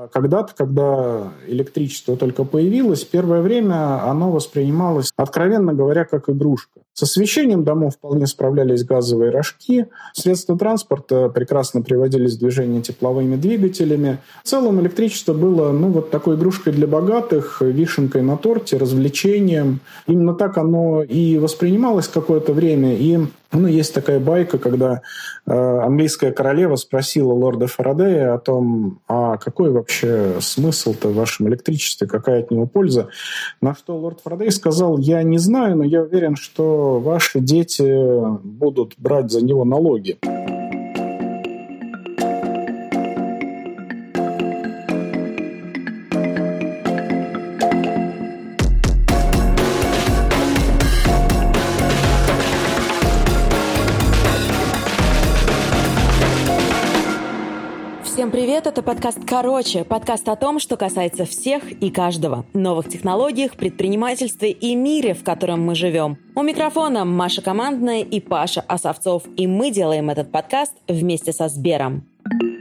когда-то, когда электричество только появилось, первое время оно воспринималось, откровенно говоря, как игрушка. С освещением домов вполне справлялись газовые рожки, средства транспорта прекрасно приводились в движение тепловыми двигателями. В целом электричество было такой игрушкой для богатых, вишенкой на торте, развлечением. Именно так оно и воспринималось какое-то время. И есть такая байка, когда английская королева спросила лорда Фарадея о том, а какой вообще смысл-то в вашем электричестве, какая от него польза. На что лорд Фарадей сказал: я не знаю, но я уверен, что ваши дети будут брать за него налоги. Всем привет, это подкаст «Короче», подкаст о том, что касается всех и каждого. Новых технологиях, предпринимательстве и мире, в котором мы живем. У микрофона Маша Командная и Паша Осовцов, и мы делаем этот подкаст вместе со Сбером.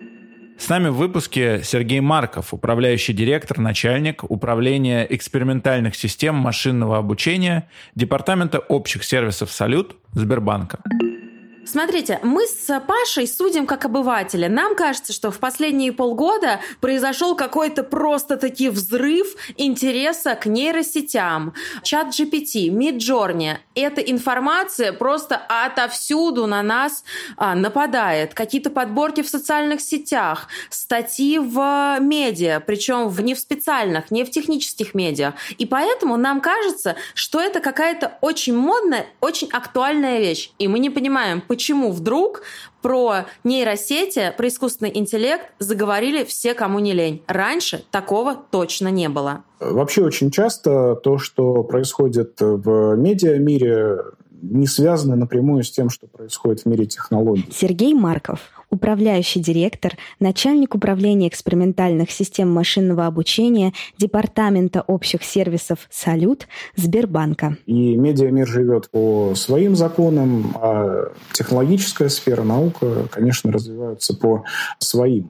С нами в выпуске Сергей Марков, управляющий директор, начальник управления экспериментальных систем машинного обучения Департамента общих сервисов «Салют» Сбербанка. Смотрите, мы с Пашей судим как обыватели. Нам кажется, что в последние полгода произошел какой-то просто-таки взрыв интереса к нейросетям. ChatGPT, Midjourney. Эта информация просто отовсюду на нас нападает. Какие-то подборки в социальных сетях, статьи в медиа, причем не в специальных, не в технических медиа. И поэтому нам кажется, что это какая-то очень модная, очень актуальная вещь. И мы не понимаем, почему вдруг про нейросети, про искусственный интеллект заговорили все, кому не лень. Раньше такого точно не было. Вообще очень часто то, что происходит в медиамире, не связано напрямую с тем, что происходит в мире технологий. Сергей Марков, управляющий директор, начальник управления экспериментальных систем машинного обучения Департамента общих сервисов «Салют» Сбербанка. И медиамир живет по своим законам, а технологическая сфера, наука, конечно, развиваются по своим.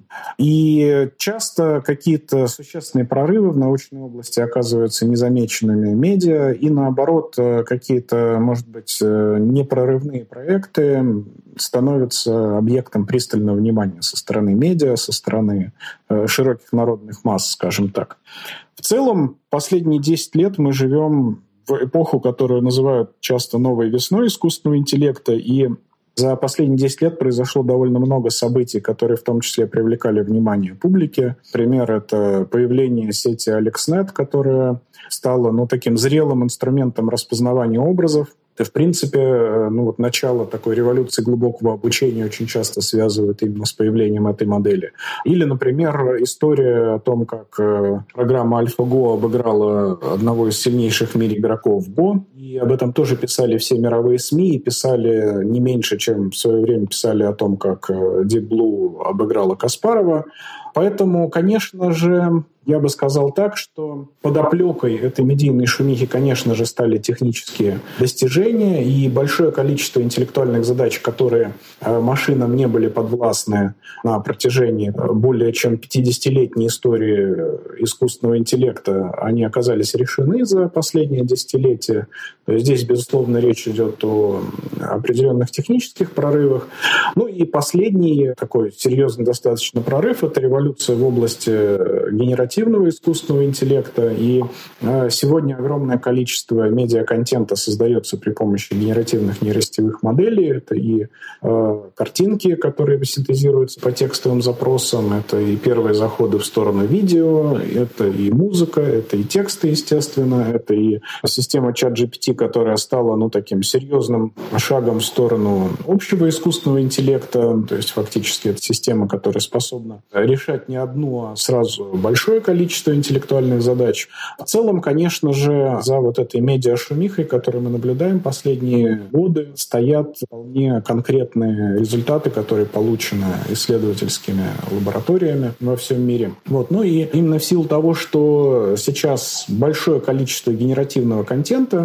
И часто какие-то существенные прорывы в научной области оказываются незамеченными медиа, и наоборот, какие-то, может быть, непрорывные проекты становятся объектом пристального внимания со стороны медиа, со стороны широких народных масс, скажем так. В целом, последние 10 лет мы живем в эпоху, которую называют часто новой весной искусственного интеллекта, и за последние 10 лет произошло довольно много событий, которые в том числе привлекали внимание публики. Пример — это появление сети AlexNet, которая стала таким зрелым инструментом распознавания образов. И, в принципе, начало такой революции глубокого обучения очень часто связывают именно с появлением этой модели. Или, например, история о том, как программа AlphaGo обыграла одного из сильнейших в мире игроков в Go. И об этом тоже писали все мировые СМИ, и писали не меньше, чем в свое время писали о том, как Deep Blue обыграла Каспарова. Поэтому, конечно же, я бы сказал так, что подоплекой этой медийной шумихи, конечно же, стали технические достижения и большое количество интеллектуальных задач, которые машинам не были подвластны на протяжении более чем 50-летней истории искусственного интеллекта, они оказались решены за последние десятилетия. Здесь, безусловно, речь идет о определенных технических прорывах. И последний такой серьезный достаточно прорыв — это революция в области генеративного искусственного интеллекта. И сегодня огромное количество медиаконтента создается при помощи генеративных нейросетевых моделей. Это и картинки, которые синтезируются по текстовым запросам, это и первые заходы в сторону видео, это и музыка, это и тексты, естественно, это и система ChatGPT, которая стала таким серьезным шагом в сторону общего искусственного интеллекта. То есть фактически это система, которая способна решать не одну, а сразу большое количество интеллектуальных задач. В целом, конечно же, за этой медиашумихой, которую мы наблюдаем последние годы, стоят вполне конкретные результаты, которые получены исследовательскими лабораториями во всем мире. И именно в силу того, что сейчас большое количество генеративного контента производится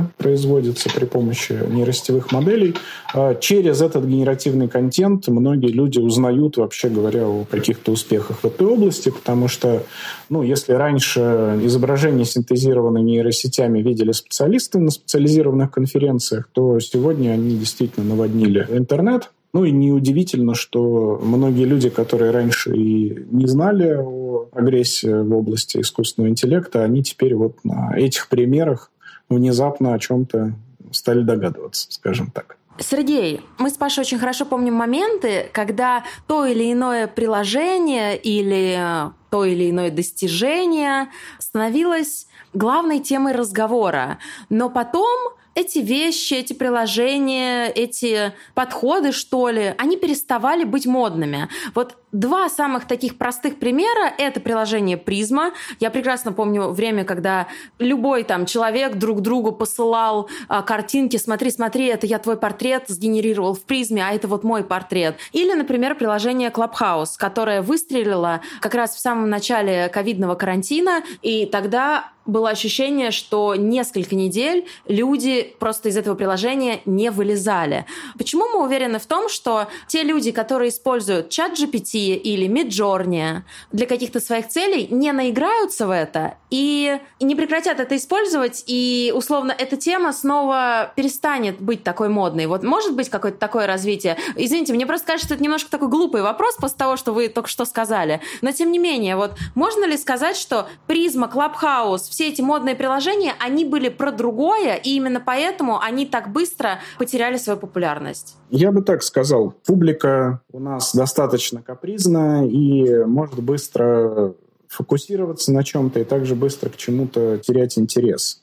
производится при помощи нейросетевых моделей. Через этот генеративный контент многие люди узнают, вообще говоря, о каких-то успехах в этой области, потому что, если раньше изображения, синтезированные нейросетями, видели специалисты на специализированных конференциях, то сегодня они действительно наводнили интернет. И неудивительно, что многие люди, которые раньше и не знали о прогрессе в области искусственного интеллекта, они теперь на этих примерах внезапно о чем-то стали догадываться, скажем так. Сергей, мы с Пашей очень хорошо помним моменты, когда то или иное приложение или то или иное достижение становилось главной темой разговора. Но потом эти вещи, эти приложения, эти подходы, что ли, они переставали быть модными. Вот два самых таких простых примера – это приложение Призма. Я прекрасно помню время, когда любой человек друг другу посылал картинки: смотри, это я твой портрет сгенерировал в Призме, а это вот мой портрет. Или, например, приложение Clubhouse, которое выстрелило как раз в самом начале ковидного карантина, и тогда было ощущение, что несколько недель люди просто из этого приложения не вылезали. Почему мы уверены в том, что те люди, которые используют ChatGPT или Midjourney для каких-то своих целей, не наиграются в это и не прекратят это использовать, и, условно, эта тема снова перестанет быть такой модной? Вот может быть какое-то такое развитие? Извините, мне просто кажется, что это немножко такой глупый вопрос после того, что вы только что сказали. Но, тем не менее, можно ли сказать, что Призма, Clubhouse, все эти модные приложения, они были про другое, и именно поэтому они так быстро потеряли свою популярность? Я бы так сказал. Публика у нас достаточно капризна и может быстро фокусироваться на чем-то и также быстро к чему-то терять интерес.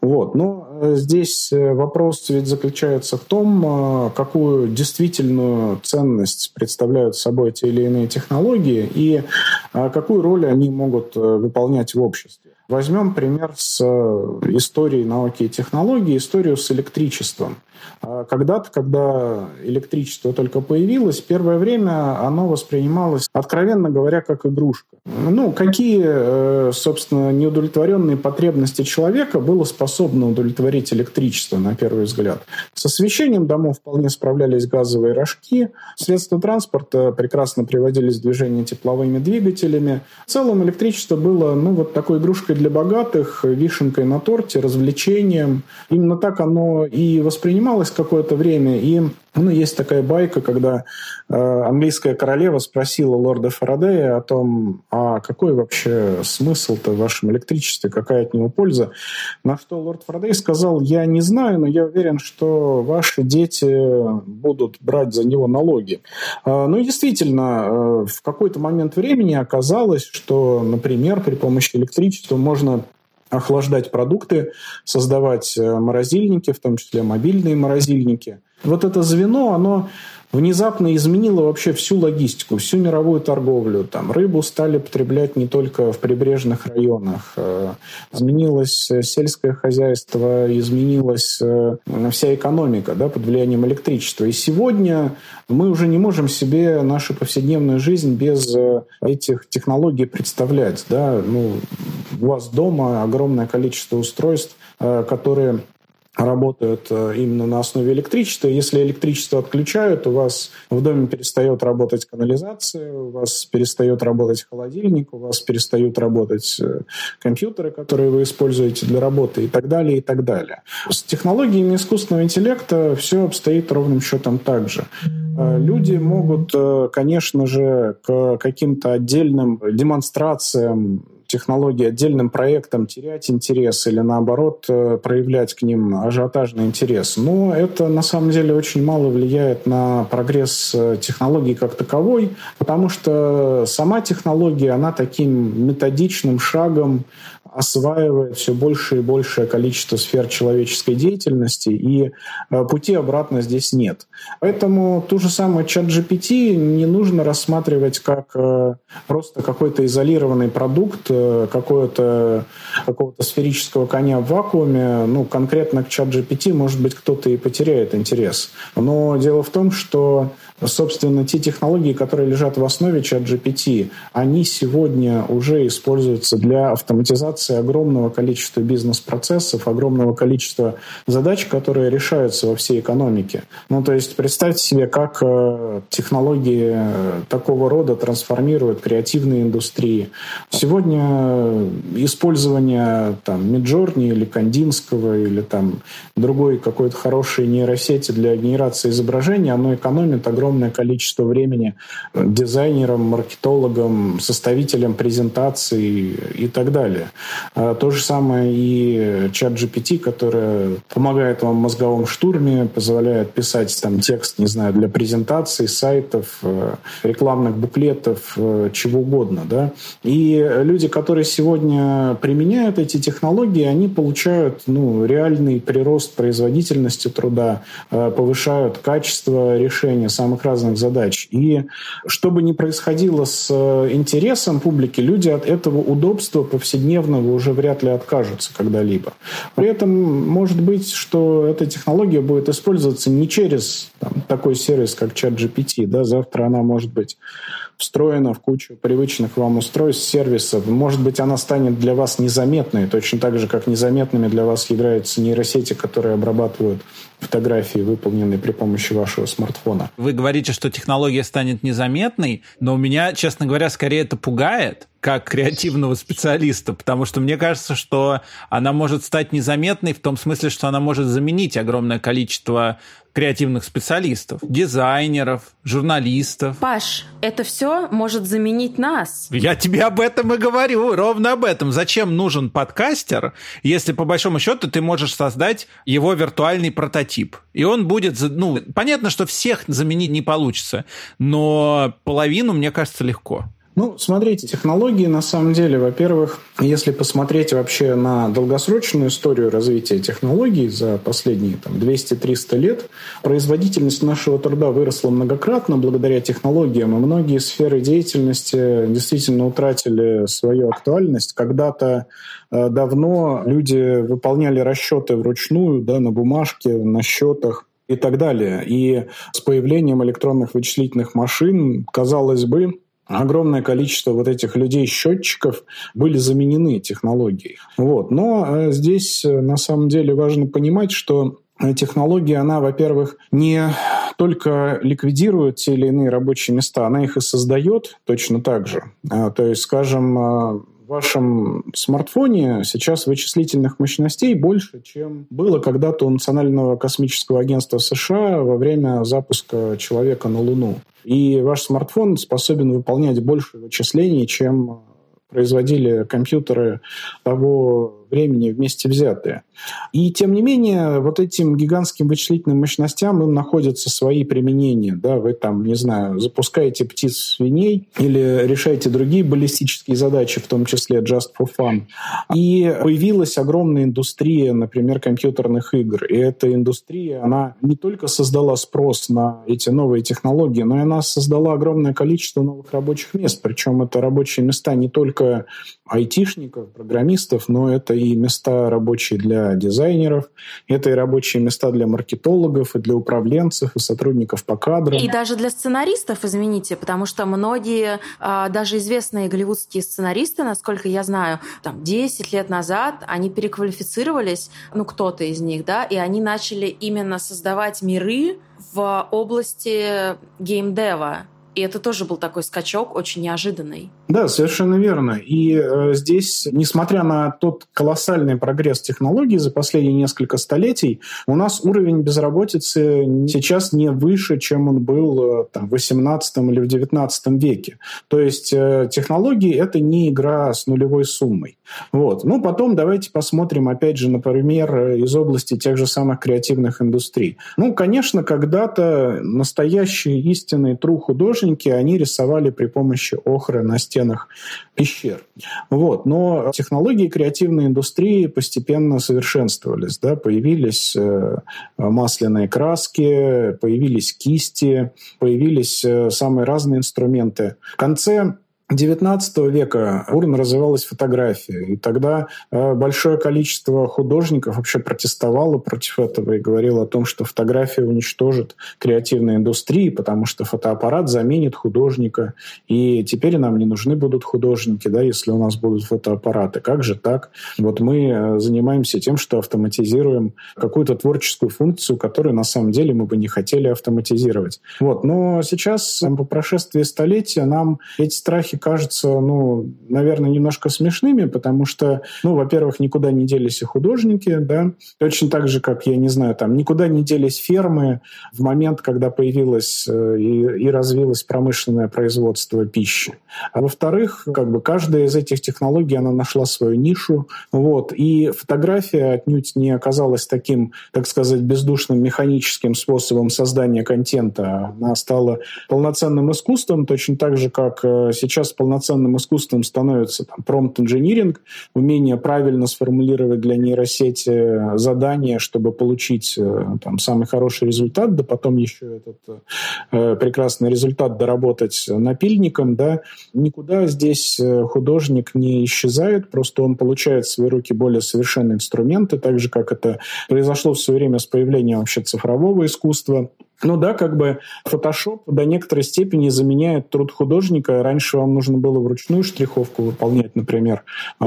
Но здесь вопрос ведь заключается в том, какую действительную ценность представляют собой те или иные технологии и какую роль они могут выполнять в обществе. Возьмем пример с историей науки и технологий, историю с электричеством. Когда-то, когда электричество только появилось, первое время оно воспринималось, откровенно говоря, как игрушка. Какие, собственно, неудовлетворенные потребности человека было способно удовлетворить электричество, на первый взгляд? С освещением домов вполне справлялись газовые рожки, средства транспорта прекрасно приводились в движение тепловыми двигателями. В целом электричество было, такой игрушкой для богатых, вишенкой на торте, развлечением. Именно так оно и воспринималось какое-то время. И есть такая байка, когда английская королева спросила лорда Фарадея о том, а какой вообще смысл-то в вашем электричестве, какая от него польза. На что лорд Фарадей сказал: я не знаю, но я уверен, что ваши дети будут брать за него налоги. И действительно, в какой-то момент времени оказалось, что, например, при помощи электричества можно охлаждать продукты, создавать морозильники, в том числе мобильные морозильники. Это звено, оно внезапно изменило вообще всю логистику, всю мировую торговлю. Рыбу стали потреблять не только в прибрежных районах. Изменилось сельское хозяйство, изменилась вся экономика под влиянием электричества. И сегодня мы уже не можем себе нашу повседневную жизнь без этих технологий представлять. У вас дома огромное количество устройств, которые работают именно на основе электричества. Если электричество отключают, у вас в доме перестает работать канализация, у вас перестает работать холодильник, у вас перестают работать компьютеры, которые вы используете для работы, и так далее, и так далее. С технологиями искусственного интеллекта все обстоит ровным счетом так же. Люди могут, конечно же, к каким-то отдельным демонстрациям технологий, отдельным проектам терять интерес или, наоборот, проявлять к ним ажиотажный интерес. Но это, на самом деле, очень мало влияет на прогресс технологий как таковой, потому что сама технология, она таким методичным шагом осваивает все большее и большее количество сфер человеческой деятельности, и пути обратно здесь нет. Поэтому ту же самую ChatGPT не нужно рассматривать как просто какой-то изолированный продукт, какого-то сферического коня в вакууме. Конкретно к ChatGPT, может быть, кто-то и потеряет интерес. Но дело в том, что собственно, те технологии, которые лежат в основе ChatGPT, они сегодня уже используются для автоматизации огромного количества бизнес-процессов, огромного количества задач, которые решаются во всей экономике. Ну, то есть представьте себе, как технологии такого рода трансформируют креативные индустрии. Сегодня использование Midjourney или Кандинского или другой какой-то хорошей нейросети для генерации изображений, оно экономит огромное количество времени дизайнерам, маркетологам, составителям презентаций и так далее. То же самое и ChatGPT, который помогает вам в мозговом штурме, позволяет писать текст, не знаю, для презентаций, сайтов, рекламных буклетов, чего угодно. Да? И люди, которые сегодня применяют эти технологии, они получают реальный прирост производительности труда, повышают качество решения самых разных задач. И что бы ни происходило с интересом публики, люди от этого удобства повседневного уже вряд ли откажутся когда-либо. При этом может быть, что эта технология будет использоваться не через такой сервис, как ChatGPT. Да? Завтра она может быть встроена в кучу привычных вам устройств, сервисов. Может быть, она станет для вас незаметной, точно так же, как незаметными для вас являются нейросети, которые обрабатывают фотографии, выполненные при помощи вашего смартфона. Вы говорите, что технология станет незаметной, но меня, честно говоря, скорее это пугает, как креативного специалиста, потому что мне кажется, что она может стать незаметной в том смысле, что она может заменить огромное количество креативных специалистов, дизайнеров, журналистов. Паш, это все может заменить нас. Я тебе об этом и говорю, ровно об этом. Зачем нужен подкастер, если по большому счету ты можешь создать его виртуальный прототип? И он будет, понятно, что всех заменить не получится, но половину, мне кажется, легко. Смотрите, технологии на самом деле, во-первых, если посмотреть вообще на долгосрочную историю развития технологий за последние 200-300 лет, производительность нашего труда выросла многократно благодаря технологиям, и многие сферы деятельности действительно утратили свою актуальность. Когда-то давно люди выполняли расчеты вручную, на бумажке, на счетах и так далее. И с появлением электронных вычислительных машин, казалось бы, огромное количество этих людей-счетчиков были заменены технологией. Но здесь на самом деле важно понимать, что технология, она, во-первых, не только ликвидирует те или иные рабочие места, она их и создает точно так же. То есть, скажем, в вашем смартфоне сейчас вычислительных мощностей больше, чем было когда-то у Национального космического агентства США во время запуска человека на Луну. И ваш смартфон способен выполнять больше вычислений, чем производили компьютеры того времени вместе взятые. И тем не менее, этим гигантским вычислительным мощностям им находятся свои применения. Да? Вы запускаете птиц, свиней или решаете другие баллистические задачи, в том числе just for fun. И появилась огромная индустрия, например, компьютерных игр. И эта индустрия, она не только создала спрос на эти новые технологии, но и она создала огромное количество новых рабочих мест. Причем это рабочие места не только айтишников, программистов, но это и места рабочие для дизайнеров, это и рабочие места для маркетологов, и для управленцев, и сотрудников по кадрам. И даже для сценаристов, извините, потому что многие, даже известные голливудские сценаристы, насколько я знаю, 10 лет назад они переквалифицировались, кто-то из них, да, и они начали именно создавать миры в области геймдева. И это тоже был такой скачок очень неожиданный. Да, совершенно верно. И здесь, несмотря на тот колоссальный прогресс технологий за последние несколько столетий, у нас уровень безработицы сейчас не выше, чем он был в XVIII или в XIX веке. То есть технологии — это не игра с нулевой суммой. Потом давайте посмотрим, опять же, например, из области тех же самых креативных индустрий. Конечно, когда-то настоящие истинные тру-художники, они рисовали при помощи охры на стенах пещер. Но технологии креативной индустрии постепенно совершенствовались. Да? Появились масляные краски, появились кисти, появились самые разные инструменты. В конце XIX века бурно развивалась фотография, и тогда большое количество художников вообще протестовало против этого и говорило о том, что фотография уничтожит креативную индустрию, потому что фотоаппарат заменит художника, и теперь нам не нужны будут художники, да, если у нас будут фотоаппараты. Как же так? Вот мы занимаемся тем, что автоматизируем какую-то творческую функцию, которую на самом деле мы бы не хотели автоматизировать. Вот. Но сейчас, по прошествии столетия, нам эти страхи кажутся, наверное, немножко смешными, потому что, во-первых, никуда не делись и художники, да, точно так же, как, я не знаю, никуда не делись фермы в момент, когда появилось и развилось промышленное производство пищи. А во-вторых, каждая из этих технологий, она нашла свою нишу, вот, и фотография отнюдь не оказалась таким, так сказать, бездушным механическим способом создания контента. Она стала полноценным искусством, точно так же, как сейчас полноценным искусством становится промпт-инжиниринг, умение правильно сформулировать для нейросети задание, чтобы получить самый хороший результат, да потом еще этот прекрасный результат доработать напильником, да. Никуда здесь художник не исчезает, просто он получает в свои руки более совершенные инструменты, так же, как это произошло в свое время с появлением вообще цифрового искусства. Photoshop до некоторой степени заменяет труд художника. Раньше вам нужно было вручную штриховку выполнять, например,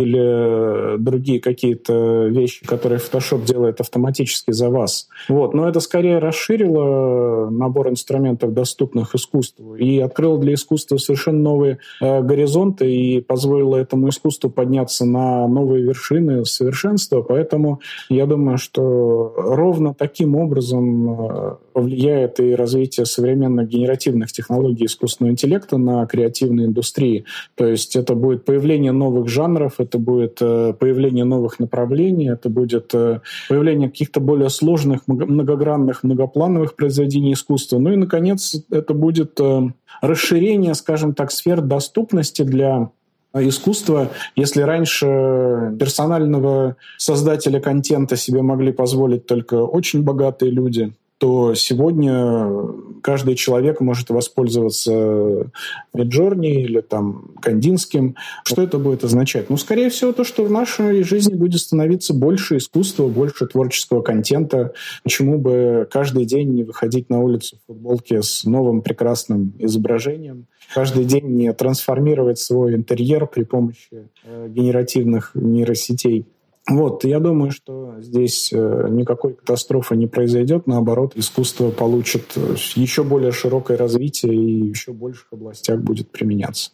или другие какие-то вещи, которые Photoshop делает автоматически за вас. Вот. Но это скорее расширило набор инструментов, доступных искусству, и открыло для искусства совершенно новые горизонты и позволило этому искусству подняться на новые вершины совершенства. Поэтому я думаю, что ровно таким образом повлияет и развитие современных генеративных технологий искусственного интеллекта на креативные индустрии. То есть это будет появление новых жанров, это будет появление новых направлений, это будет появление каких-то более сложных, многогранных, многоплановых произведений искусства. И, наконец, это будет расширение, скажем так, сфер доступности для искусства. Если раньше персонального создателя контента себе могли позволить только очень богатые люди, то сегодня каждый человек может воспользоваться Midjourney или Кандинским. Что это будет означать? Скорее всего, то, что в нашей жизни будет становиться больше искусства, больше творческого контента. Почему бы каждый день не выходить на улицу в футболке с новым прекрасным изображением? Каждый день не трансформировать свой интерьер при помощи генеративных нейросетей? Вот, я думаю, что здесь никакой катастрофы не произойдет. Наоборот, искусство получит еще более широкое развитие и в еще больших областях будет применяться.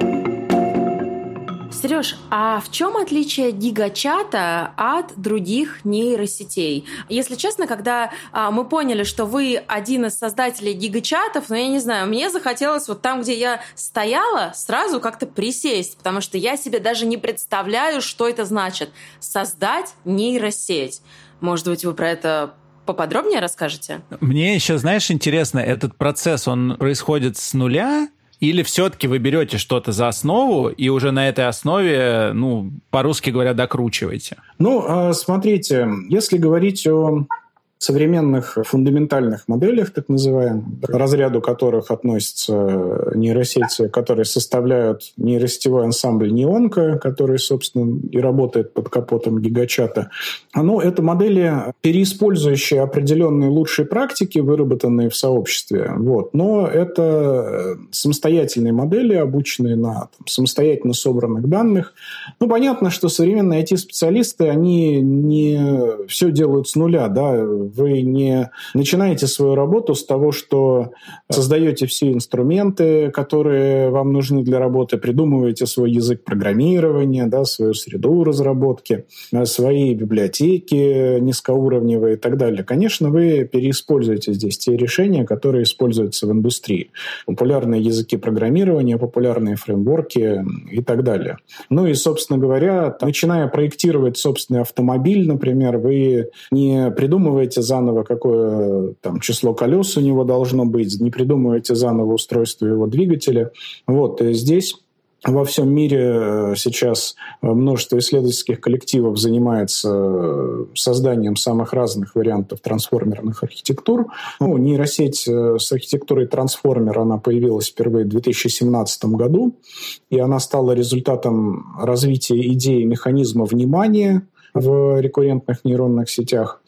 Сереж, а в чем отличие гигачата от других нейросетей? Если честно, когда мы поняли, что вы один из создателей гигачатов, я не знаю, мне захотелось там, где я стояла, сразу как-то присесть, потому что я себе даже не представляю, что это значит — создать нейросеть. Может быть, вы про это поподробнее расскажете? Мне еще, знаешь, интересно, этот процесс, он происходит с нуля? Или все-таки вы берете что-то за основу и уже на этой основе, по-русски говоря, докручиваете? Смотрите, если говорить о современных фундаментальных моделях, так называемых, к разряду которых относятся нейросети, которые составляют нейросетевой ансамбль Неонка, который, собственно, и работает под капотом гигачата. Это модели, переиспользующие определенные лучшие практики, выработанные в сообществе. Вот. Но это самостоятельные модели, обученные на самостоятельно собранных данных. Понятно, что современные IT-специалисты, они не все делают с нуля, да. Вы не начинаете свою работу с того, что создаете все инструменты, которые вам нужны для работы, придумываете свой язык программирования, да, свою среду разработки, свои библиотеки низкоуровневые и так далее. Конечно, вы переиспользуете здесь те решения, которые используются в индустрии. Популярные языки программирования, популярные фреймворки и так далее. И, собственно говоря, начиная проектировать собственный автомобиль, например, вы не придумываете заново, какое число колес у него должно быть, не придумываете заново устройство его двигателя. Вот, здесь Во всем мире сейчас множество исследовательских коллективов занимается созданием самых разных вариантов трансформерных архитектур. Нейросеть с архитектурой трансформера, она появилась впервые в 2017 году, и она стала результатом развития идеи механизма внимания в рекуррентных нейронных сетях.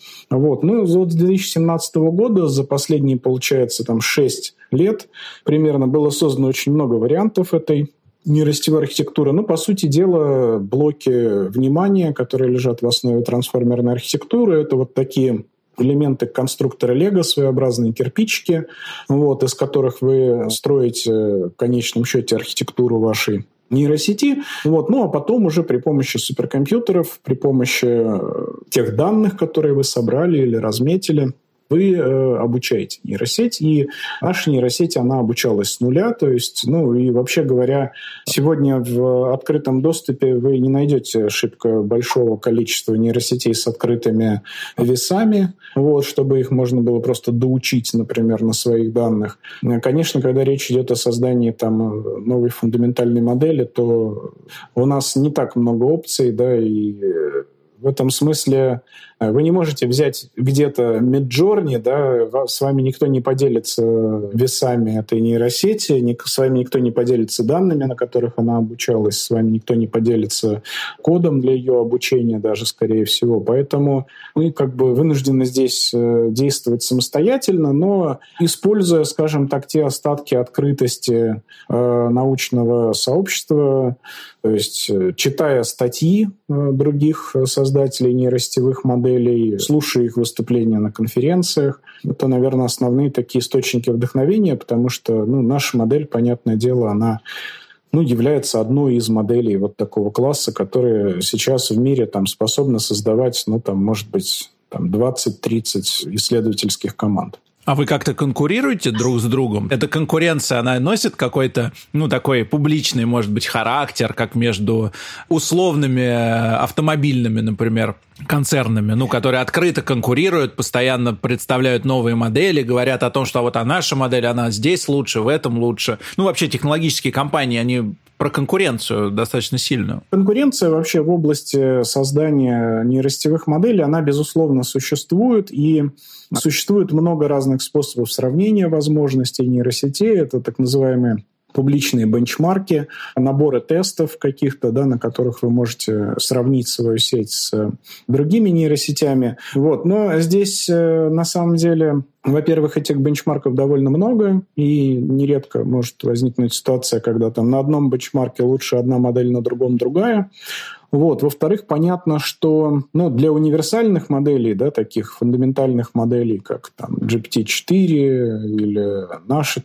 С 2017 года, за последние, получается, 6 лет примерно, было создано очень много вариантов этой нейросетевой архитектуры. По сути дела, блоки внимания, которые лежат в основе трансформерной архитектуры, это такие элементы конструктора Лего, своеобразные кирпичики, из которых вы строите в конечном счете архитектуру вашей нейросети. А потом уже при помощи суперкомпьютеров, при помощи тех данных, которые вы собрали или разметили, вы обучаете нейросеть, и наша нейросеть, она обучалась с нуля, то есть, и вообще говоря, сегодня в открытом доступе вы не найдете шибко большого количества нейросетей с открытыми весами, чтобы их можно было просто доучить, например, на своих данных. Конечно, когда речь идет о создании новой фундаментальной модели, то у нас не так много опций, и в этом смысле вы не можете взять где-то Midjourney, с вами никто не поделится весами этой нейросети, с вами никто не поделится данными, на которых она обучалась, с вами никто не поделится кодом для ее обучения даже, скорее всего. Поэтому мы вынуждены здесь действовать самостоятельно, но используя, скажем так, те остатки открытости научного сообщества, то есть читая статьи других создателей нейросетевых моделей, слушая их выступления на конференциях. Это, наверное, основные такие источники вдохновения, потому что наша модель, понятное дело, она является одной из моделей такого класса, которые сейчас в мире способны создавать, может быть, 20-30 исследовательских команд. А вы как-то конкурируете друг с другом? Эта конкуренция, она носит какой-то, такой публичный, может быть, характер, как между условными автомобильными, например, концернами, которые открыто конкурируют, постоянно представляют новые модели, говорят о том, что наша модель, она здесь лучше, в этом лучше. Вообще технологические компании, они про конкуренцию достаточно сильную. Конкуренция вообще в области создания нейросетевых моделей, она, безусловно, существует, и существует много разных способов сравнения возможностей нейросетей. Это так называемые публичные бенчмарки, наборы тестов каких-то, на которых вы можете сравнить свою сеть с другими нейросетями. Но здесь на самом деле, во-первых, этих бенчмарков довольно много, и нередко может возникнуть ситуация, когда на одном бенчмарке лучше одна модель, на другом другая. Во-вторых, понятно, что для универсальных моделей, таких фундаментальных моделей, как GPT-4 или наши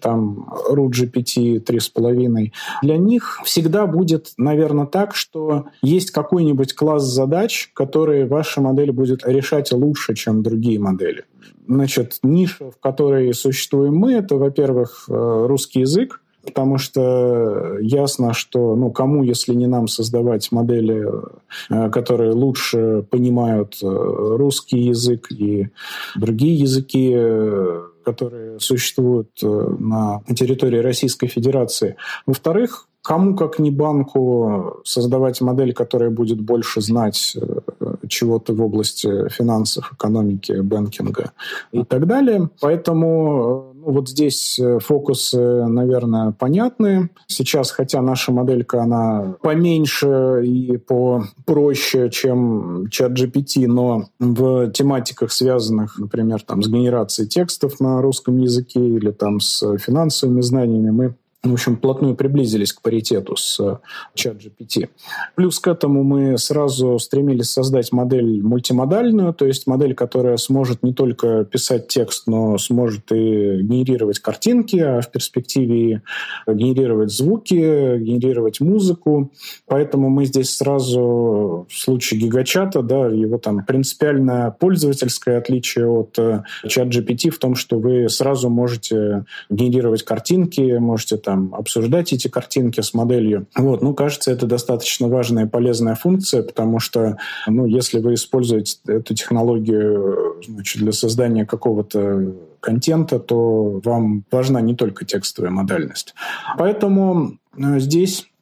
RuGPT 3.5, для них всегда будет, наверное, так, что есть какой-нибудь класс задач, которые ваша модель будет решать лучше, чем другие модели. Ниша, в которой существуем мы, это, во-первых, русский язык, потому что ясно, что кому, если не нам, создавать модели, которые лучше понимают русский язык и другие языки, которые существуют на территории Российской Федерации. Во-вторых, кому, как не банку, создавать модель, которая будет больше знать чего-то в области финансов, экономики, банкинга и так далее. Поэтому здесь фокусы, наверное, понятны. Сейчас, хотя наша моделька, она поменьше и попроще, чем ChatGPT, но в тематиках, связанных, например, с генерацией текстов на русском языке или с финансовыми знаниями, мы вплотную приблизились к паритету с ChatGPT. Плюс к этому мы сразу стремились создать модель мультимодальную, то есть модель, которая сможет не только писать текст, но сможет и генерировать картинки, а в перспективе генерировать звуки, генерировать музыку. Поэтому мы здесь сразу в случае гигачата, его принципиальное пользовательское отличие от ChatGPT в том, что вы сразу можете генерировать картинки, можете обсуждать эти картинки с моделью. Кажется, это достаточно важная и полезная функция, потому что, если вы используете эту технологию для создания какого-то контента, то вам важна не только текстовая модальность. Поэтому здесь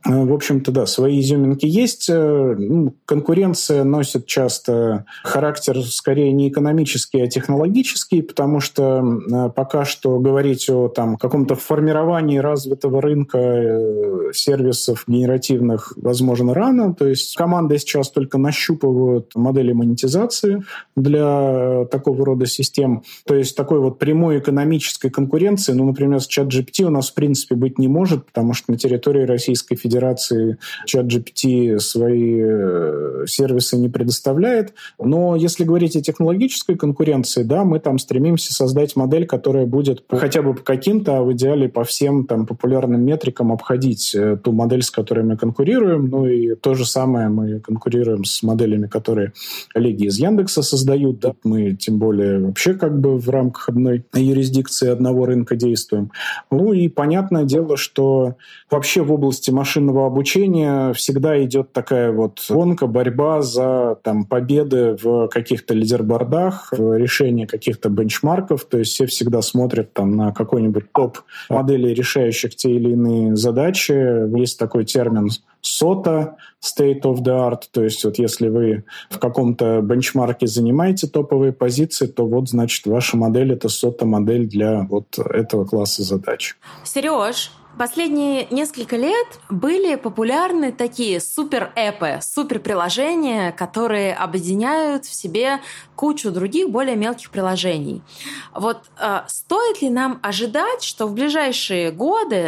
в общем-то, да, свои изюминки есть. Конкуренция носит часто характер скорее не экономический, а технологический, потому что пока что говорить о каком-то формировании развитого рынка сервисов генеративных возможно рано. То есть команды сейчас только нащупывают модели монетизации для такого рода систем. То есть такой вот прямой экономической конкуренции, например, с ChatGPT у нас в принципе быть не может, потому что на территории Российской Федерации ChatGPT свои сервисы не предоставляет. Но если говорить о технологической конкуренции, да, мы там стремимся создать модель, которая будет хотя бы по каким-то, а в идеале по всем популярным метрикам обходить ту модель, с которой мы конкурируем. И то же самое мы конкурируем с моделями, которые коллеги из Яндекса создают. Да. Мы тем более вообще в рамках одной юрисдикции, одного рынка действуем. И понятное дело, что вообще в области машинного обучения всегда идет такая гонка, борьба за победы в каких-то лидербордах, в решении каких-то бенчмарков. То есть все всегда смотрят на какой-нибудь топ модели, решающих те или иные задачи. Есть такой термин SOTA, State of the Art. То есть если вы в каком-то бенчмарке занимаете топовые позиции, то значит ваша модель — это SOTA-модель для этого класса задач. Сереж, последние несколько лет были популярны такие супер-эпы, супер-приложения, которые объединяют в себе кучу других более мелких приложений. Стоит ли нам ожидать, что в ближайшие годы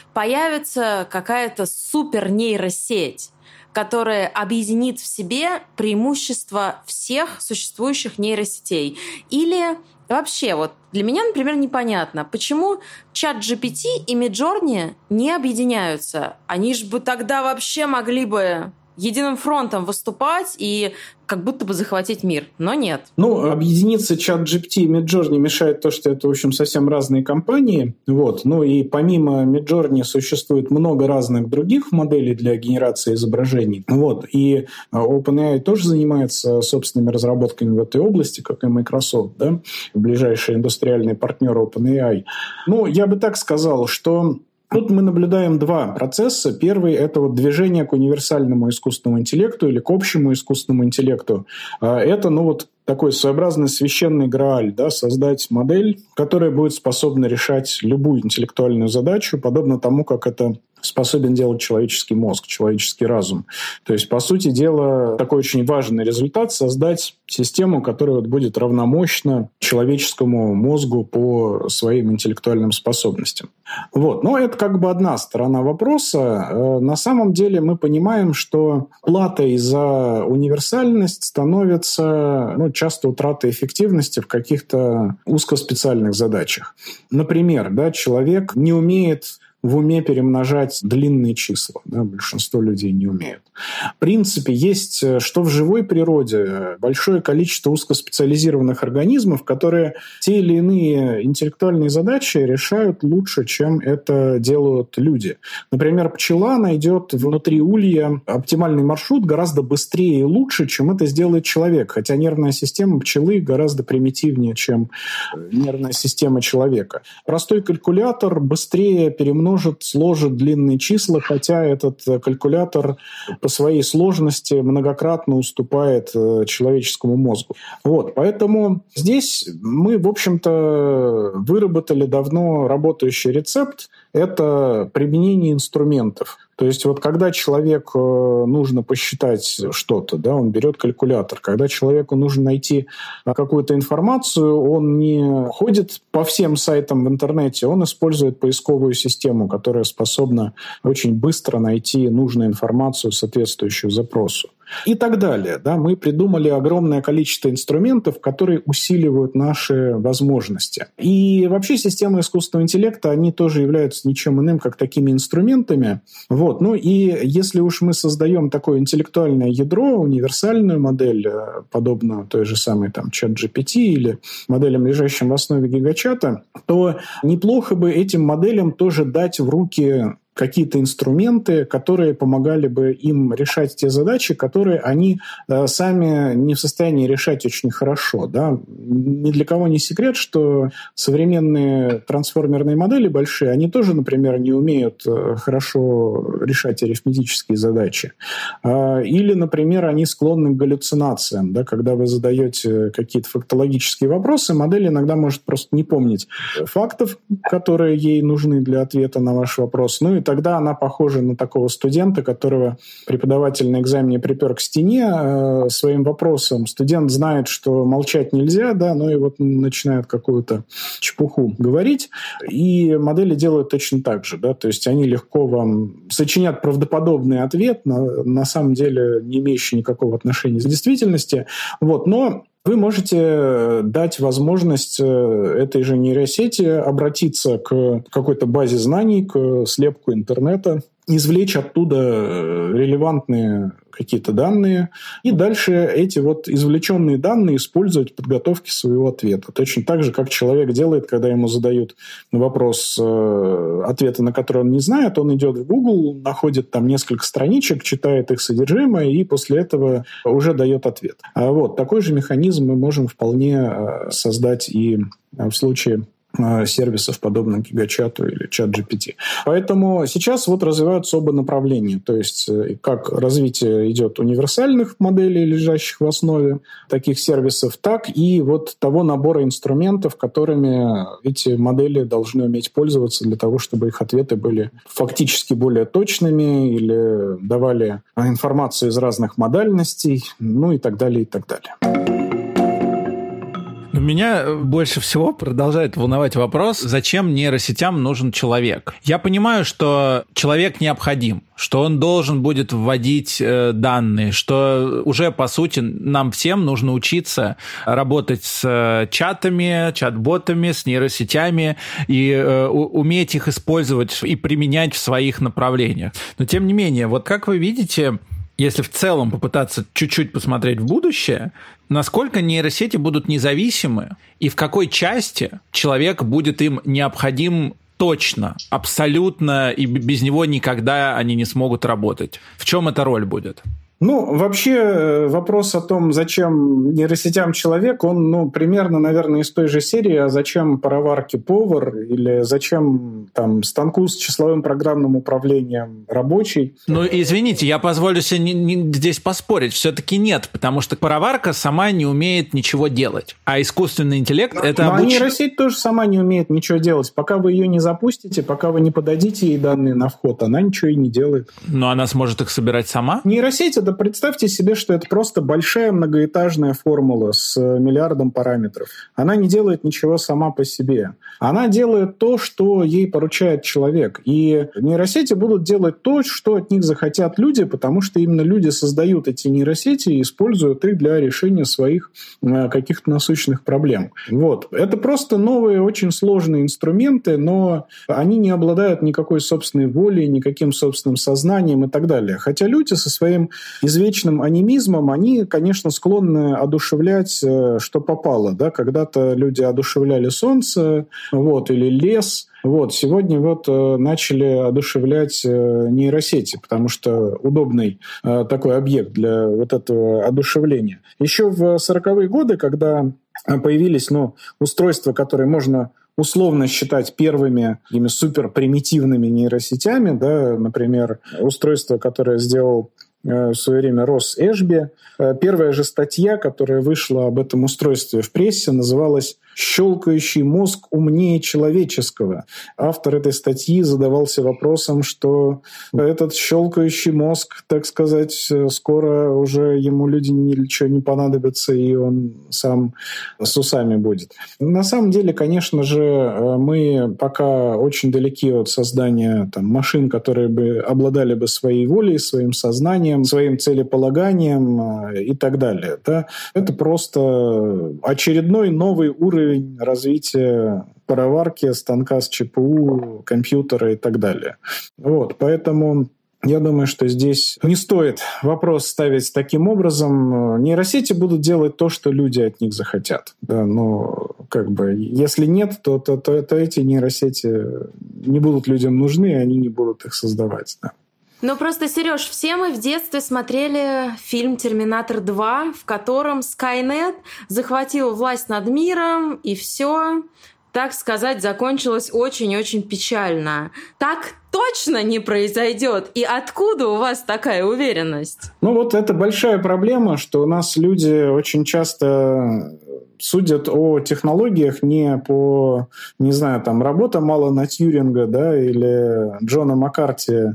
появится какая-то супер-нейросеть, которая объединит в себе преимущества всех существующих нейросетей? Или вообще, для меня, например, непонятно, почему ChatGPT и Midjourney не объединяются. Они же бы тогда вообще могли бы единым фронтом выступать и как будто бы захватить мир, но нет. Объединиться ChatGPT и Midjourney мешает то, что это, в общем, совсем разные компании. И помимо Midjourney существует много разных других моделей для генерации изображений. И OpenAI тоже занимается собственными разработками в этой области, как и Microsoft, да, ближайший индустриальный партнер OpenAI. Я бы так сказал, что тут мы наблюдаем два процесса. Первый — это движение к универсальному искусственному интеллекту или к общему искусственному интеллекту. Это, такой своеобразный священный грааль, да, создать модель, которая будет способна решать любую интеллектуальную задачу, подобно тому, как это способен делать человеческий мозг, человеческий разум. То есть, по сути дела, такой очень важный результат — создать систему, которая будет равномощна человеческому мозгу по своим интеллектуальным способностям. Но это одна сторона вопроса. На самом деле мы понимаем, что платой за универсальность становится часто утрата эффективности в каких-то узкоспециальных задачах. Например, человек не умеет в уме перемножать длинные числа. Да, большинство людей не умеют. В принципе, есть, что в живой природе, большое количество узкоспециализированных организмов, которые те или иные интеллектуальные задачи решают лучше, чем это делают люди. Например, пчела найдет внутри улья оптимальный маршрут гораздо быстрее и лучше, чем это сделает человек. Хотя нервная система пчелы гораздо примитивнее, чем нервная система человека. Простой калькулятор быстрее сложит длинные числа, хотя этот калькулятор по своей сложности многократно уступает человеческому мозгу. Поэтому здесь мы, в общем-то, выработали давно работающий рецепт. Это применение инструментов. То есть когда человеку нужно посчитать что-то, да, он берет калькулятор. Когда человеку нужно найти какую-то информацию, он не ходит по всем сайтам в интернете, он использует поисковую систему, которая способна очень быстро найти нужную информацию, соответствующую запросу. И так далее. Да, мы придумали огромное количество инструментов, которые усиливают наши возможности. И вообще системы искусственного интеллекта, они тоже являются ничем иным, как такими инструментами. И если уж мы создаем такое интеллектуальное ядро, универсальную модель, подобную той же самой ChatGPT или моделям, лежащим в основе гигачата, то неплохо бы этим моделям тоже дать в руки какие-то инструменты, которые помогали бы им решать те задачи, которые они сами не в состоянии решать очень хорошо. Да? Ни для кого не секрет, что современные трансформерные модели большие, они тоже, например, не умеют хорошо решать арифметические задачи. Или, например, они склонны к галлюцинациям. Да? Когда вы задаете какие-то фактологические вопросы, модель иногда может просто не помнить фактов, которые ей нужны для ответа на ваш вопрос. Ну и тогда она похожа на такого студента, которого преподаватель на экзамене припер к стене своим вопросом. Студент знает, что молчать нельзя, да, но и вот начинает какую-то чепуху говорить. И модели делают точно так же. Да, то есть они легко вам сочинят правдоподобный ответ, на самом деле не имеющий никакого отношения к действительности. Вот, но вы можете дать возможность этой же нейросети обратиться к какой-то базе знаний, к слепку интернета, извлечь оттуда релевантные какие-то данные и дальше эти вот извлеченные данные использовать в подготовке своего ответа. Точно так же, как человек делает, когда ему задают вопрос, ответа на который он не знает, он идет в Google, находит там несколько страничек, читает их содержимое и после этого уже дает ответ. Вот такой же механизм мы можем вполне создать и в случае сервисов, подобных Гигачату или ChatGPT. Поэтому сейчас вот развиваются оба направления. То есть как развитие идет универсальных моделей, лежащих в основе таких сервисов, так и вот того набора инструментов, которыми эти модели должны уметь пользоваться для того, чтобы их ответы были фактически более точными или давали информацию из разных модальностей, ну и так далее, и так далее. Меня больше всего продолжает волновать вопрос, зачем нейросетям нужен человек. Я понимаю, что человек необходим, что он должен будет вводить данные, что уже, по сути, нам всем нужно учиться работать с чатами, чат-ботами, с нейросетями и уметь их использовать и применять в своих направлениях. Но, тем не менее, вот как вы видите, если в целом попытаться чуть-чуть посмотреть в будущее, насколько нейросети будут независимы и в какой части человек будет им необходим точно, абсолютно, и без него никогда они не смогут работать? В чем эта роль будет? Ну, вообще вопрос о том, зачем нейросетям человек, он, примерно, наверное, из той же серии, а зачем пароварке повар или зачем там станку с числовым программным управлением рабочий. Ну, извините, я позволю себе здесь поспорить. Все-таки нет, потому что пароварка сама не умеет ничего делать, а искусственный интеллект это А нейросеть тоже сама не умеет ничего делать. Пока вы ее не запустите, пока вы не подадите ей данные на вход, она ничего и не делает. Но она сможет их собирать сама? Нейросеть — это представьте себе, что это просто большая многоэтажная формула с миллиардом параметров. Она не делает ничего сама по себе. Она делает то, что ей поручает человек. И нейросети будут делать то, что от них захотят люди, потому что именно люди создают эти нейросети и используют их для решения своих каких-то насущных проблем. Вот. Это просто новые, очень сложные инструменты, но они не обладают никакой собственной волей, никаким собственным сознанием и так далее. Хотя люди со своим извечным анимизмом, они, конечно, склонны одушевлять, что попало. Да? Когда-то люди одушевляли солнце или лес. Сегодня начали одушевлять нейросети, потому что удобный такой объект для этого одушевления. Еще в 40-е годы, когда появились устройства, которые можно условно считать первыми такими суперпримитивными нейросетями, да, например, устройство, которое сделал в свое время Росс Эшби. Первая же статья, которая вышла об этом устройстве в прессе, называлась «Щелкающий мозг умнее человеческого». Автор этой статьи задавался вопросом, что этот щелкающий мозг, так сказать, скоро уже ему люди ничего не понадобятся, и он сам с усами будет. На самом деле, конечно же, мы пока очень далеки от создания машин, которые бы обладали бы своей волей, своим сознанием, своим целеполаганием и так далее. Да? Это просто очередной новый уровень развития пароварки, станка с ЧПУ, компьютера и так далее. Поэтому я думаю, что здесь не стоит вопрос ставить таким образом. Нейросети будут делать то, что люди от них захотят. Да, но Если нет, то эти нейросети не будут людям нужны, и они не будут их создавать. Да. Ну просто, Сереж, все мы в детстве смотрели фильм «Терминатор 2», в котором Skynet захватил власть над миром, и все, так сказать, закончилось очень-очень печально. Так точно не произойдет. И откуда у вас такая уверенность? Это большая проблема, что у нас люди очень часто судят о технологиях не по, работам Алана Тьюринга, да, или Джона Маккарти,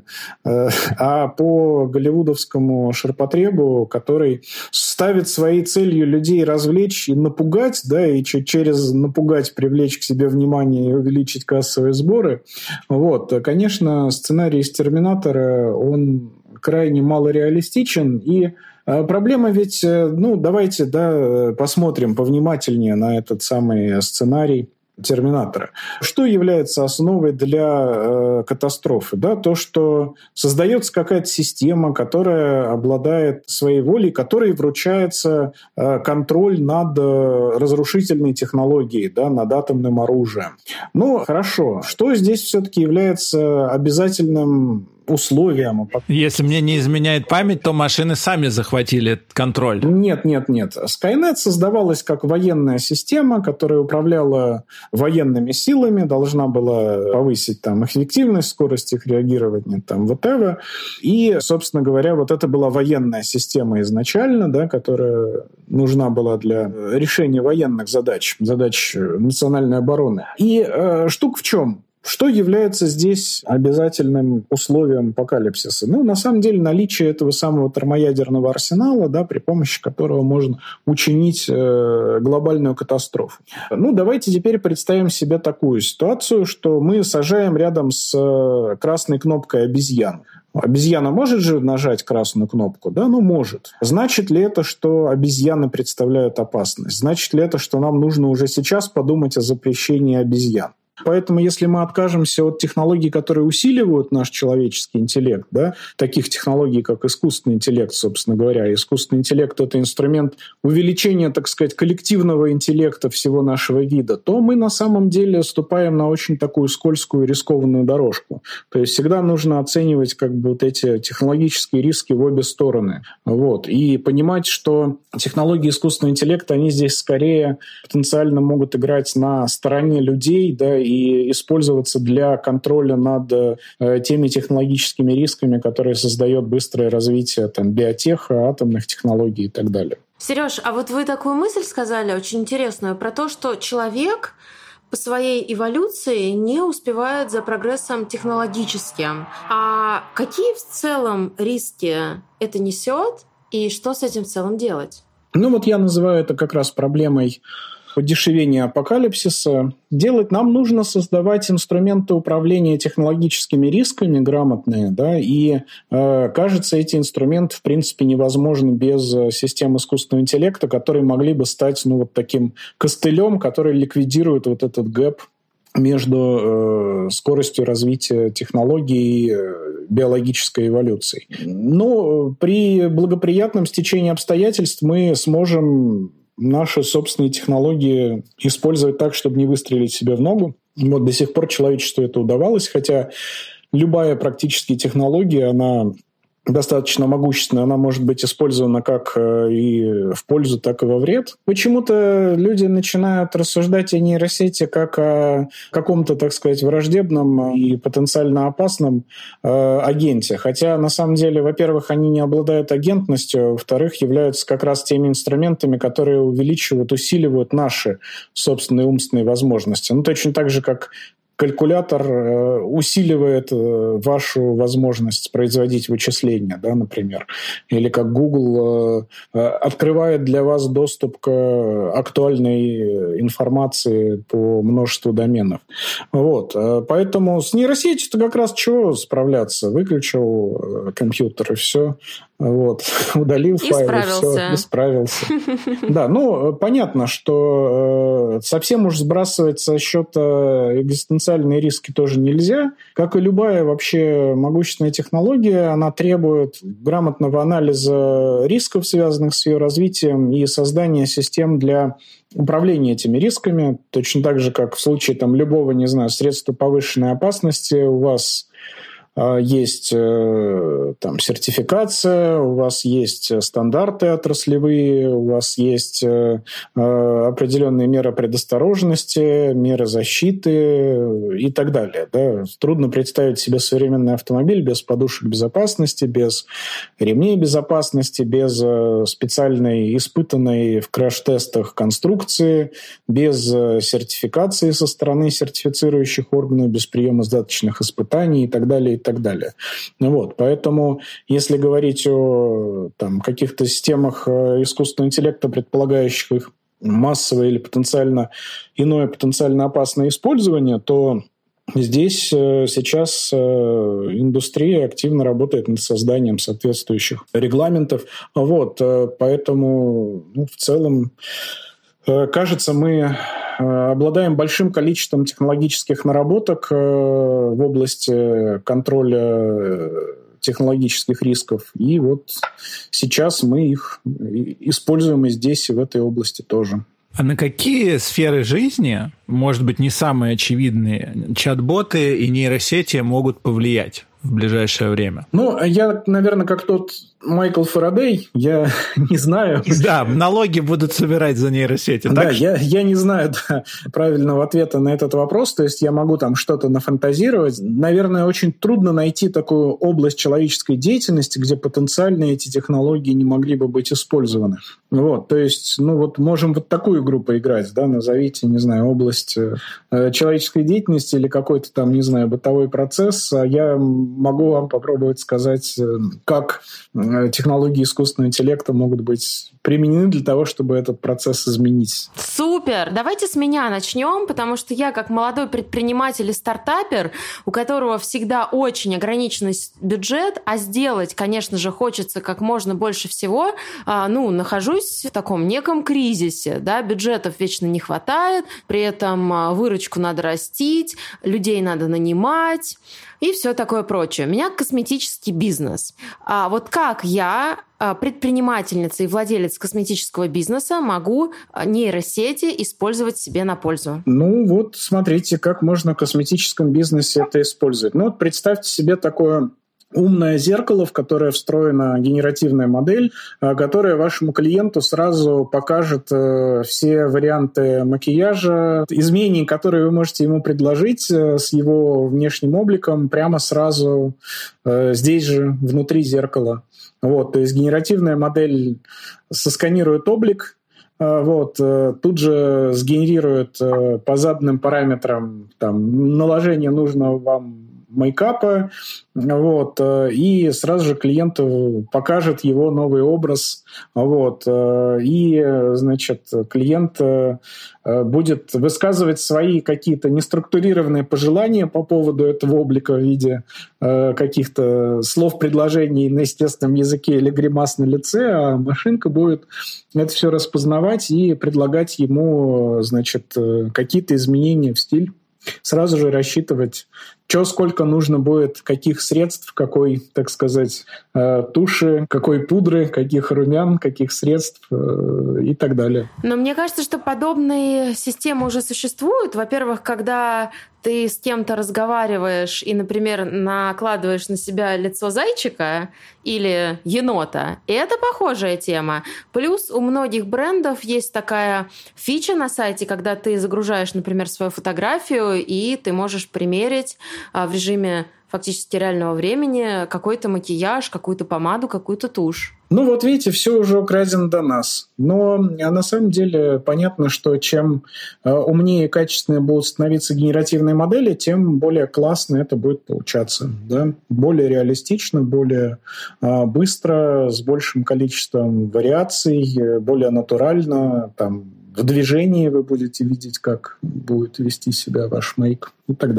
а по голливудовскому ширпотребу, который ставит своей целью людей развлечь и напугать, да, и через напугать привлечь к себе внимание и увеличить кассовые сборы. Конечно, сценарий из «Терминатора», он крайне малореалистичен, и проблема ведь, давайте, посмотрим повнимательнее на этот самый сценарий «Терминатора». Что является основой для катастрофы? Да, то, что создается какая-то система, которая обладает своей волей, которой вручается контроль над разрушительной технологией, да, над атомным оружием. Хорошо. Что здесь все-таки является обязательным условиям? Если мне не изменяет память, то машины сами захватили контроль. Нет. Skynet создавалась как военная система, которая управляла военными силами, должна была повысить эффективность, скорость их реагирования, whatever. И, собственно говоря, это была военная система изначально, да, которая нужна была для решения военных задач национальной обороны. И штука в чем? Что является здесь обязательным условием апокалипсиса? На самом деле, наличие этого самого термоядерного арсенала, да, при помощи которого можно учинить глобальную катастрофу. Давайте теперь представим себе такую ситуацию, что мы сажаем рядом с красной кнопкой обезьяну. Обезьяна может же нажать красную кнопку? Да, может. Значит ли это, что обезьяны представляют опасность? Значит ли это, что нам нужно уже сейчас подумать о запрещении обезьян? Поэтому, если мы откажемся от технологий, которые усиливают наш человеческий интеллект, да, таких технологий, как искусственный интеллект, собственно говоря, искусственный интеллект — это инструмент увеличения, так сказать, коллективного интеллекта всего нашего вида, то мы на самом деле ступаем на очень такую скользкую и рискованную дорожку. То есть всегда нужно оценивать эти технологические риски в обе стороны. И понимать, что технологии искусственного интеллекта, они здесь скорее потенциально могут играть на стороне людей, да, и использоваться для контроля над теми технологическими рисками, которые создает быстрое развитие биотеха, атомных технологий и так далее. Сереж, а вы такую мысль сказали, очень интересную, про то, что человек по своей эволюции не успевает за прогрессом технологическим. А какие в целом риски это несет, и что с этим в целом делать? Я называю это как раз проблемой подешевения апокалипсиса. Нам нужно создавать инструменты управления технологическими рисками грамотные, да, и кажется, эти инструменты в принципе невозможны без систем искусственного интеллекта, которые могли бы стать таким костылем, который ликвидирует этот гэп между скоростью развития технологий и биологической эволюцией. Но при благоприятном стечении обстоятельств мы сможем наши собственные технологии использовать так, чтобы не выстрелить себе в ногу. До сих пор человечеству это удавалось, хотя любая практически технология, она достаточно могущественная, она может быть использована как и в пользу, так и во вред. Почему-то люди начинают рассуждать о нейросети как о каком-то, так сказать, враждебном и потенциально опасном агенте. Хотя, на самом деле, во-первых, они не обладают агентностью, во-вторых, являются как раз теми инструментами, которые увеличивают, усиливают наши собственные умственные возможности. Точно так же, как калькулятор усиливает вашу возможность производить вычисления, да, например. Или как Google открывает для вас доступ к актуальной информации по множеству доменов. Поэтому с нейросетью-то как раз чего справляться? Выключил компьютер, и все. Вот, удалил файл, и все, исправился. Да, понятно, что совсем уж сбрасывать со счета экзистенциальные риски тоже нельзя. Как и любая вообще могущественная технология, она требует грамотного анализа рисков, связанных с ее развитием, и создания систем для управления этими рисками. Точно так же, как в случае любого, средства повышенной опасности, у вас есть сертификация, у вас есть стандарты отраслевые, у вас есть определенные меры предосторожности, меры защиты и так далее. Да? Трудно представить себе современный автомобиль без подушек безопасности, без ремней безопасности, без специальной испытанной в краш-тестах конструкции, без сертификации со стороны сертифицирующих органов, без приема сдаточных испытаний и так далее, и так далее. Поэтому, если говорить о каких-то системах искусственного интеллекта, предполагающих их массовое или потенциально опасное использование, то здесь сейчас индустрия активно работает над созданием соответствующих регламентов. Поэтому в целом, кажется, мы обладаем большим количеством технологических наработок в области контроля технологических рисков. И сейчас мы их используем и здесь, и в этой области тоже. А на какие сферы жизни, может быть, не самые очевидные, чат-боты и нейросети могут повлиять в ближайшее время? Я, наверное, как тот Майкл Фарадей, я не знаю. Да, налоги будут собирать за нейросети. Да, я не знаю правильного ответа на этот вопрос, то есть я могу что-то нафантазировать. Наверное, очень трудно найти такую область человеческой деятельности, где потенциально эти технологии не могли бы быть использованы. То есть, можем такую игру поиграть, да, назовите, не знаю, область человеческой деятельности или какой-то бытовой процесс, а я могу вам попробовать сказать, как технологии искусственного интеллекта могут быть применены для того, чтобы этот процесс изменить. Супер! Давайте с меня начнем, потому что я, как молодой предприниматель и стартапер, у которого всегда очень ограниченный бюджет, а сделать, конечно же, хочется как можно больше всего, нахожусь в таком неком кризисе, да, бюджетов вечно не хватает, при этом выручку надо растить, людей надо нанимать и все такое прочее. У меня косметический бизнес. А как я, предпринимательница и владелец косметического бизнеса, могу нейросети использовать себе на пользу? Смотрите, как можно в косметическом бизнесе это использовать. Представьте себе такое умное зеркало, в которое встроена генеративная модель, которая вашему клиенту сразу покажет все варианты макияжа, изменений, которые вы можете ему предложить с его внешним обликом прямо сразу здесь же, внутри зеркала. То есть генеративная модель сосканирует облик, тут же сгенерирует по заданным параметрам наложение нужного вам мейкапа, и сразу же клиенту покажет его новый образ, и, клиент будет высказывать свои какие-то неструктурированные пожелания по поводу этого облика в виде каких-то слов, предложений на естественном языке или гримас на лице, а машинка будет это все распознавать и предлагать ему, какие-то изменения в стиль. Сразу же рассчитывать, сколько нужно будет, каких средств, какой, так сказать, туши, какой пудры, каких румян, каких средств и так далее. Но мне кажется, что подобные системы уже существуют. Во-первых, когда ты с кем-то разговариваешь и, например, накладываешь на себя лицо зайчика или енота, и это похожая тема. Плюс у многих брендов есть такая фича на сайте, когда ты загружаешь, например, свою фотографию, и ты можешь примерить в режиме фактически реального времени какой-то макияж, какую-то помаду, какую-то тушь. Видите, все уже украдено до нас. Но на самом деле понятно, что чем умнее и качественнее будут становиться генеративные модели, тем более классно это будет получаться. Да? Более реалистично, более быстро, с большим количеством вариаций, более натурально. В движении вы будете видеть, как будет вести себя ваш мейк и так далее.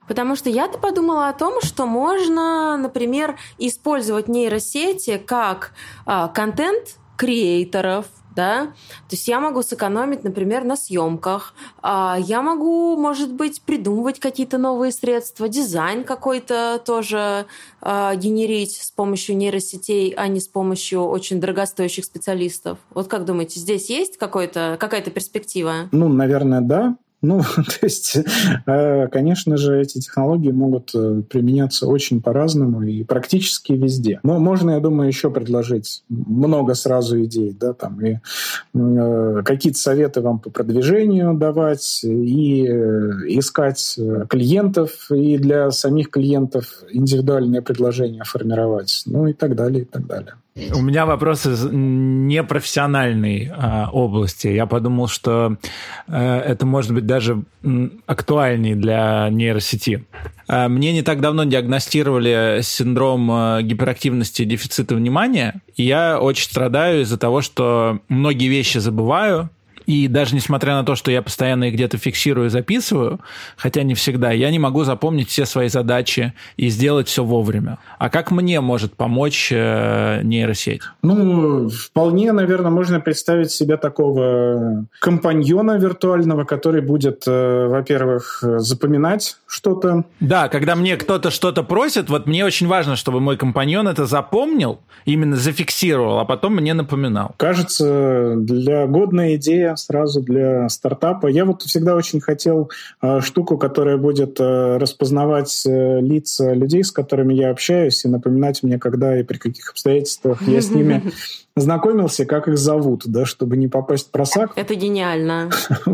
Потому что я-то подумала о том, что можно, например, использовать нейросети как контент креаторов, да, то есть я могу сэкономить, например, на съемках, я могу, может быть, придумывать какие-то новые средства, дизайн какой-то тоже генерить с помощью нейросетей, а не с помощью очень дорогостоящих специалистов. Вот как думаете, здесь есть какая-то перспектива? Наверное, да. То есть, конечно же, эти технологии могут применяться очень по-разному и практически везде. Но можно, я думаю, еще предложить много сразу идей, да, там, и какие-то советы вам по продвижению давать, и искать клиентов, и для самих клиентов индивидуальные предложения формировать, и так далее, и так далее. У меня вопрос из непрофессиональной области. Я подумал, что это может быть даже актуальней для нейросети. Мне не так давно диагностировали синдром гиперактивности и дефицита внимания, и я очень страдаю из-за того, что многие вещи забываю. И даже несмотря на то, что я постоянно их где-то фиксирую и записываю, хотя не всегда, я не могу запомнить все свои задачи и сделать все вовремя. А как мне может помочь нейросеть? Вполне, наверное, можно представить себе такого компаньона виртуального, который будет, во-первых, запоминать что-то. Да, когда мне кто-то что-то просит, вот мне очень важно, чтобы мой компаньон это запомнил, именно зафиксировал, а потом мне напоминал. Кажется, годная идея сразу для стартапа. Я всегда очень хотел штуку, которая будет распознавать лица людей, с которыми я общаюсь, и напоминать мне, когда и при каких обстоятельствах я с ними знакомился, как их зовут, да, чтобы не попасть в просак. Это гениально.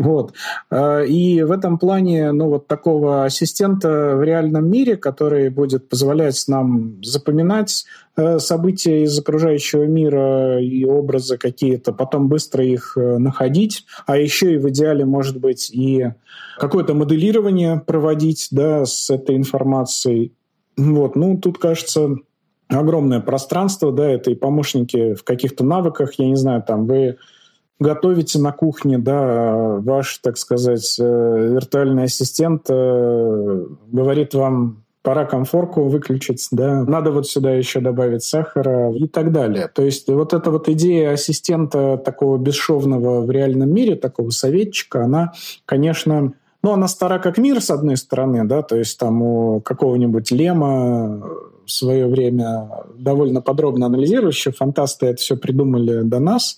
И в этом плане, такого ассистента в реальном мире, который будет позволять нам запоминать события из окружающего мира и образы какие-то, потом быстро их находить, а еще и в идеале, может быть, и какое-то моделирование проводить, да, с этой информацией. Тут, кажется, огромное пространство, да, это и помощники в каких-то навыках, я не знаю, там вы готовите на кухне, да, ваш, так сказать, виртуальный ассистент говорит вам: пора комфорку выключить, да, надо сюда еще добавить сахара и так далее. То есть эта идея ассистента такого бесшовного в реальном мире, такого советчика, она, конечно, она стара как мир, с одной стороны, да, то есть там у какого-нибудь Лема в свое время довольно подробно анализирующие фантасты это все придумали до нас.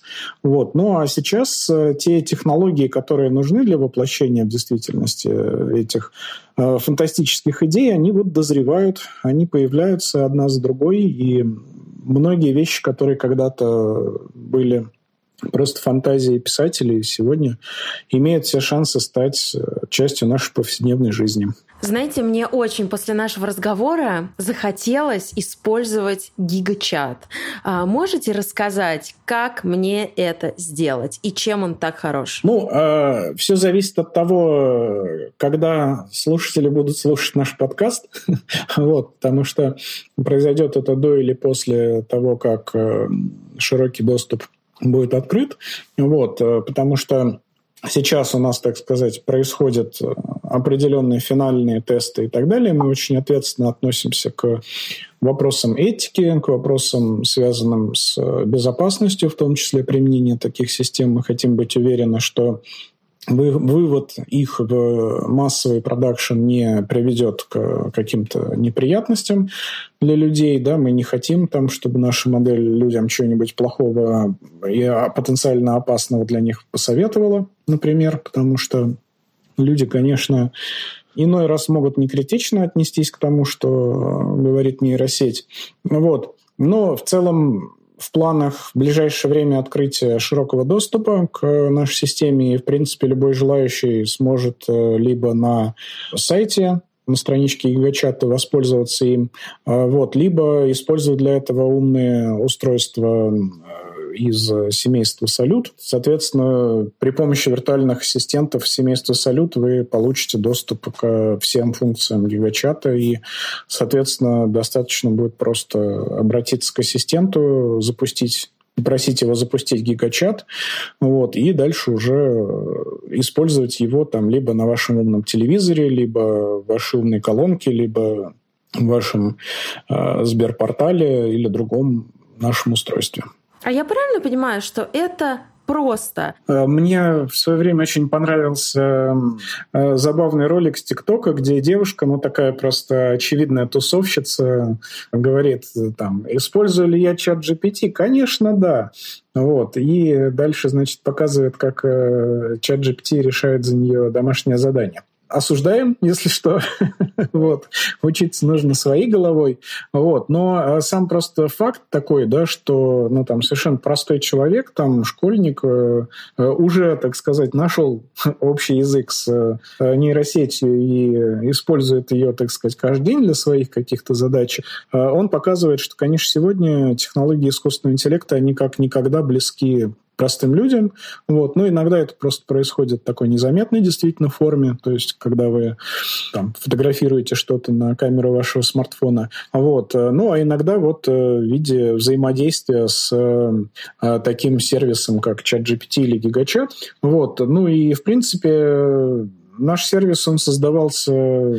А сейчас те технологии, которые нужны для воплощения в действительности этих фантастических идей, они дозревают, они появляются одна за другой, и многие вещи, которые когда-то были просто фантазии писателей, сегодня имеют все шансы стать частью нашей повседневной жизни. Знаете, мне очень после нашего разговора захотелось использовать гигачат. Можете рассказать, как мне это сделать и чем он так хорош? Все зависит от того, когда слушатели будут слушать наш подкаст, потому что произойдет это до или после того, как широкий доступ будет открыт, потому что сейчас у нас, так сказать, происходят определенные финальные тесты и так далее. Мы очень ответственно относимся к вопросам этики, к вопросам, связанным с безопасностью, в том числе применения таких систем. Мы хотим быть уверены, что вывод их в массовый продакшн не приведет к каким-то неприятностям для людей. Да? Мы не хотим, чтобы наша модель людям чего-нибудь плохого и потенциально опасного для них посоветовала, например, потому что люди, конечно, иной раз могут некритично отнестись к тому, что говорит нейросеть. Но в целом в планах в ближайшее время открытия широкого доступа к нашей системе, и, в принципе, любой желающий сможет либо на сайте, на страничке гигачата воспользоваться им, либо использовать для этого умные устройства из семейства Салют. Соответственно, при помощи виртуальных ассистентов семейства Салют вы получите доступ ко всем функциям гигачата, и, соответственно, достаточно будет просто обратиться к ассистенту, запустить попросить его запустить гигачат, вот, и дальше уже использовать его там либо на вашем умном телевизоре, либо в вашей умной колонке, либо в вашем Сберпортале или другом нашем устройстве. А я правильно понимаю, что это просто? Мне в свое время очень понравился забавный ролик с ТикТока, где девушка, такая просто очевидная тусовщица, говорит там: использую ли я чат GPT? Конечно, да. Вот. И дальше, значит, показывает, как чат GPT решает за нее домашнее задание. Осуждаем, если что. Вот. Учиться нужно своей головой. Вот. Но сам просто факт такой, да, что там совершенно простой человек, там школьник, уже, так сказать, нашел общий язык с нейросетью и использует ее, так сказать, каждый день для своих каких-то задач. Он показывает, что, конечно, сегодня технологии искусственного интеллекта, они как никогда близки простым людям. Вот. Но иногда это просто происходит в такой незаметной действительно форме, то есть когда вы там фотографируете что-то на камеру вашего смартфона. Вот. Ну, а иногда вот в виде взаимодействия с таким сервисом, как ChatGPT или GigaChat. Вот. Ну и, в принципе, наш сервис, он создавался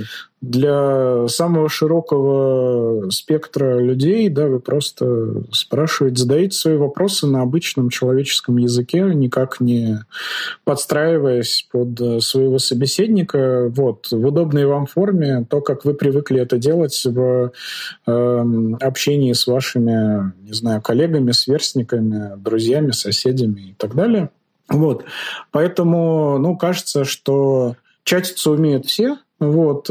для самого широкого спектра людей, да, вы просто спрашиваете, задаете свои вопросы на обычном человеческом языке, никак не подстраиваясь под своего собеседника, вот, в удобной вам форме, то, как вы привыкли это делать в общении с вашими, не знаю, коллегами, сверстниками, друзьями, соседями и так далее. Вот. Поэтому, кажется, что чатиться умеют все, вот,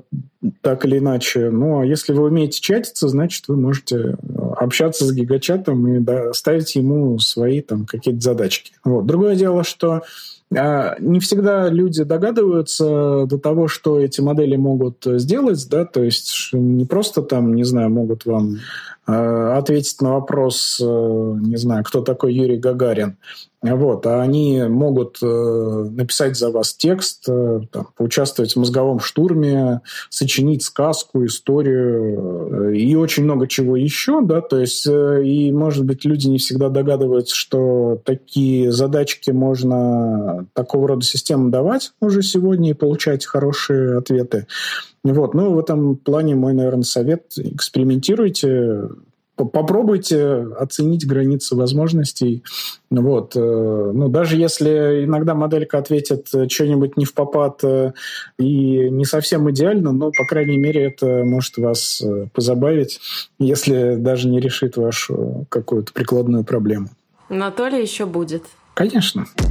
так или иначе. Ну, а если вы умеете чатиться, значит, вы можете общаться с гигачатом и ставить ему свои там какие-то задачки. Вот. Другое дело, что не всегда люди догадываются до того, что эти модели могут сделать, да, то есть не просто там, не знаю, могут вам ответить на вопрос, не знаю, кто такой Юрий Гагарин, вот, а они могут написать за вас текст, там, поучаствовать в мозговом штурме, сочинить сказку, историю и очень много чего еще, да, то есть и, может быть, люди не всегда догадываются, что такие задачки можно такого рода системам давать уже сегодня и получать хорошие ответы. Вот. Ну, в этом плане мой, наверное, совет: экспериментируйте, попробуйте оценить границы возможностей. Вот. Ну, даже если иногда моделька ответит что-нибудь не впопад и не совсем идеально, но, по крайней мере, это может вас позабавить, если даже не решит вашу какую-то прикладную проблему. Но то ли еще будет. Конечно.